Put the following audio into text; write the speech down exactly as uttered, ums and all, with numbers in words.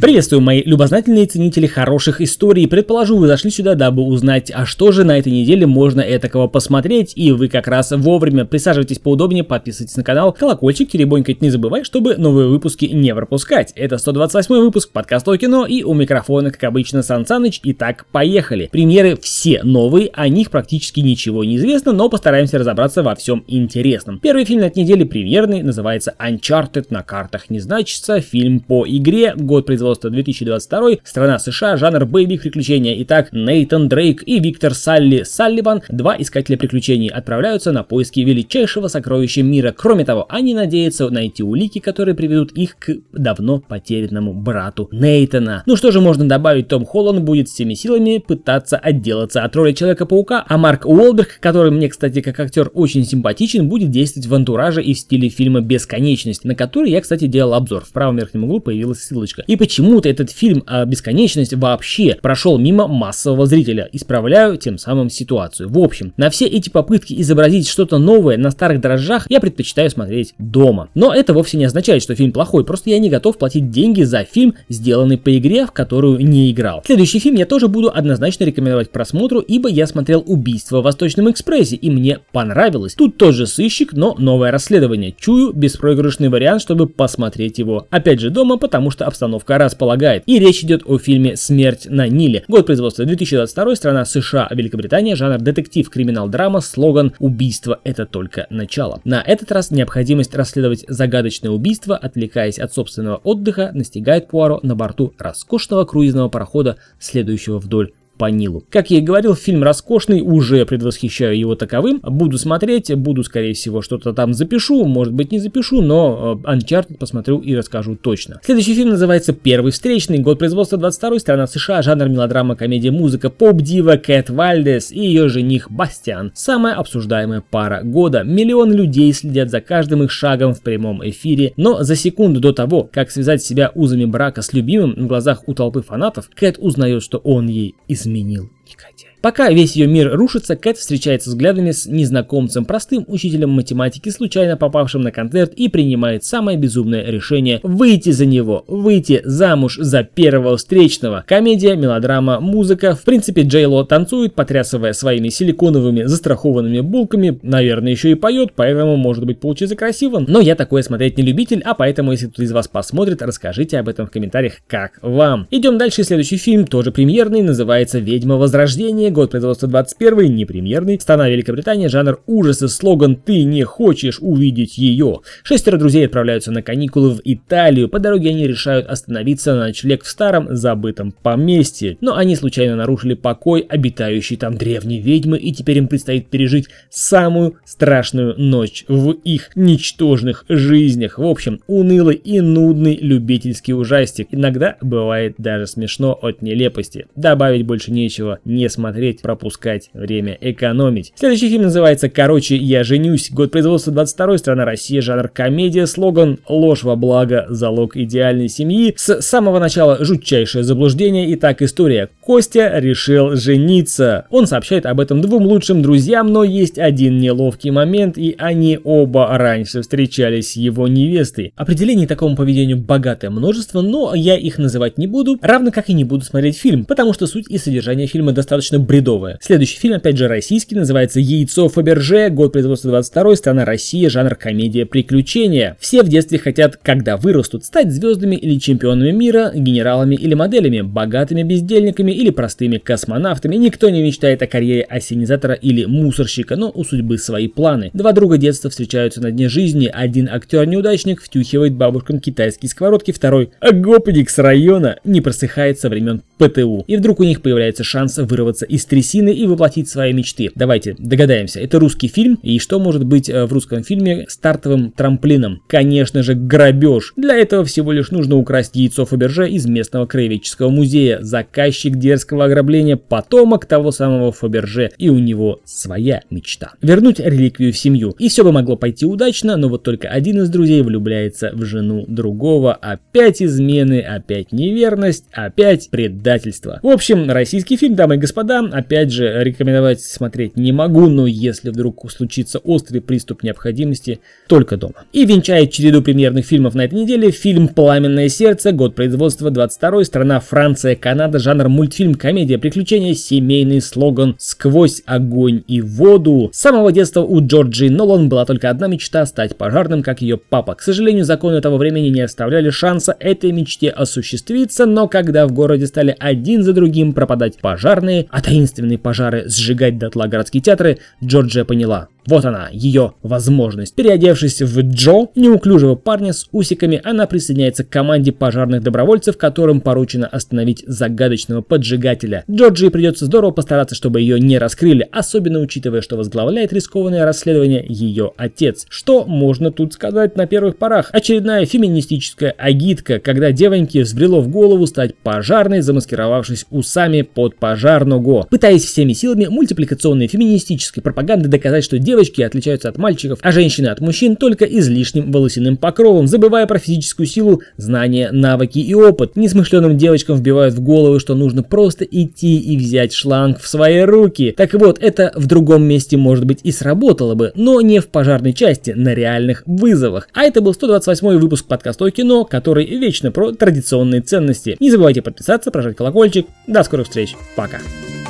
Приветствую, мои любознательные ценители хороших историй. Предположу, вы зашли сюда, дабы узнать, а что же на этой неделе можно этакого посмотреть, и вы как раз вовремя. Присаживайтесь поудобнее, подписывайтесь на канал, колокольчик теребонькать не забывай, чтобы новые выпуски не пропускать. Это сто двадцать восьмой выпуск подкаста о кино, и у микрофона, как обычно, Сан Саныч. Итак, поехали. Премьеры все новые, о них практически ничего не известно, но постараемся разобраться во всем интересном. Первый фильм на этой неделе премьерный, называется Uncharted, на картах не значится, фильм по игре, год производства две тысячи двадцать второй, страна США, жанр боевик приключения. Итак, Нейтан Дрейк и Виктор Салли Салливан, два искателя приключений, отправляются на поиски величайшего сокровища мира. Кроме того, они надеются найти улики, которые приведут их к давно потерянному брату Нейтана. Ну что же можно добавить, Том Холланд будет всеми силами пытаться отделаться от роли Человека-паука, а Марк Уолберг, который мне, кстати, как актер очень симпатичен, будет действовать в антураже и в стиле фильма «Бесконечность», на который я, кстати, делал обзор. В правом верхнем углу появилась ссылочка. И почему Почему-то этот фильм о бесконечности вообще прошел мимо массового зрителя. Исправляю тем самым ситуацию. В общем, на все эти попытки изобразить что-то новое на старых дрожжах я предпочитаю смотреть дома. Но это вовсе не означает, что фильм плохой, просто я не готов платить деньги за фильм, сделанный по игре, в которую не играл. Следующий фильм я тоже буду однозначно рекомендовать к просмотру, ибо я смотрел «Убийство в Восточном экспрессе» и мне понравилось. Тут тоже сыщик, но новое расследование. Чую беспроигрышный вариант, чтобы посмотреть его опять же дома, потому что обстановка располагает. И речь идет о фильме «Смерть на Ниле». Год производства две тысячи двадцать второй, страна США, Великобритания, жанр детектив, криминал, драма, слоган «Убийство – это только начало». На этот раз необходимость расследовать загадочное убийство, отвлекаясь от собственного отдыха, настигает Пуаро на борту роскошного круизного парохода, следующего вдоль по Нилу. Как я и говорил, фильм роскошный, уже предвосхищаю его таковым. Буду смотреть, буду, скорее всего, что-то там запишу, может быть, не запишу, но Uncharted посмотрю и расскажу точно. Следующий фильм называется «Первый встречный», год производства двадцать второй, страна США, жанр мелодрама, комедия, музыка, поп-дива Кэт Вальдес и ее жених Бастиан. Самая обсуждаемая пара года. Миллионы людей следят за каждым их шагом в прямом эфире, но за секунду до того, как связать себя узами брака с любимым, в глазах у толпы фанатов, Кэт узнает, что он ей изменил. Изменил, негодяй. Пока весь ее мир рушится, Кэт встречается взглядами с незнакомцем, простым учителем математики, случайно попавшим на концерт, и принимает самое безумное решение – выйти за него, выйти замуж за первого встречного. Комедия, мелодрама, музыка. В принципе, Джей Ло танцует, потрясывая своими силиконовыми застрахованными булками, наверное, еще и поет, поэтому, может быть, получится красиво. Но я такое смотреть не любитель, а поэтому, если кто из вас посмотрит, расскажите об этом в комментариях, как вам. Идем дальше. Следующий фильм, тоже премьерный, называется «Ведьма Возрождение», год производства двадцать первый, не премьерный, страна Великобритания, жанр ужасы, слоган «Ты не хочешь увидеть ее». Шестеро друзей отправляются на каникулы в Италию. По дороге они решают остановиться на ночлег в старом забытом поместье. Но они случайно нарушили покой обитающей там древней ведьмы, и теперь им предстоит пережить самую страшную ночь в их ничтожных жизнях. В общем, унылый и нудный любительский ужастик. Иногда бывает даже смешно от нелепости. Добавить больше нечего, не смотреть, пропускать время, экономить. Следующий фильм называется «Короче, я женюсь», год производства двадцать второй, страна Россия, жанр комедия, слоган «Ложь во благо, залог идеальной семьи». С самого начала жутчайшее заблуждение. Итак, история. Костя решил жениться. Он сообщает об этом двум лучшим друзьям, но есть один неловкий момент, и они оба раньше встречались с его невестой. Определений такому поведению богатое множество, но я их называть не буду, равно как и не буду смотреть фильм, потому что суть и содержание фильма достаточно бредовая. Следующий фильм, опять же российский, называется «Яйцо Фаберже», год производства двадцать второй, страна Россия, жанр комедия, приключения. Все в детстве хотят, когда вырастут, стать звездами или чемпионами мира, генералами или моделями, богатыми бездельниками или простыми космонавтами. Никто не мечтает о карьере ассенизатора или мусорщика, но у судьбы свои планы. Два друга детства встречаются на дне жизни, один актер-неудачник втюхивает бабушкам китайские сковородки, второй гопник с района не просыхает со времен ПТУ. И вдруг у них появляется шанс вырваться из трясины и воплотить свои мечты. Давайте догадаемся, это русский фильм, и что может быть в русском фильме стартовым трамплином? Конечно же, грабеж. Для этого всего лишь нужно украсть яйцо Фаберже из местного краеведческого музея. Заказчик дерзкого ограбления — потомок того самого Фаберже, и у него своя мечта. Вернуть реликвию в семью. И все бы могло пойти удачно, но вот только один из друзей влюбляется в жену другого. Опять измены, опять неверность, опять предательство. В общем, российский фильм, дамы дамы и господа, опять же, рекомендовать смотреть не могу, но если вдруг случится острый приступ необходимости, только дома. И венчает череду премьерных фильмов на этой неделе фильм «Пламенное сердце», год производства двадцать второй, страна Франция, Канада, жанр мультфильм, комедия, приключения, семейный слоган «Сквозь огонь и воду». С самого детства у Джорджи Нолан была только одна мечта — стать пожарным, как ее папа. К сожалению, законы того времени не оставляли шанса этой мечте осуществиться, но когда в городе стали один за другим пропадать пожарные, а таинственные пожары сжигать дотла городские театры, Джорджия поняла: вот она, ее возможность. Переодевшись в Джо, неуклюжего парня с усиками, она присоединяется к команде пожарных добровольцев, которым поручено остановить загадочного поджигателя. Джорджии придется здорово постараться, чтобы ее не раскрыли, особенно учитывая, что возглавляет рискованное расследование ее отец. Что можно тут сказать на первых порах? Очередная феминистическая агитка, когда девоньке взбрело в голову стать пожарной, замаскировавшись усами под пожарного. Пытаясь всеми силами мультипликационной феминистической пропаганды доказать, что девочки отличаются от мальчиков, а женщины от мужчин только излишним волосяным покровом, забывая про физическую силу, знания, навыки и опыт. Несмышленным девочкам вбивают в голову, что нужно просто идти и взять шланг в свои руки. Так вот, это в другом месте, может быть, и сработало бы, но не в пожарной части, на реальных вызовах. А это был сто двадцать восьмой выпуск подкаста о кино, который вечно про традиционные ценности. Не забывайте подписаться, прожать колокольчик. До скорых встреч. Пока.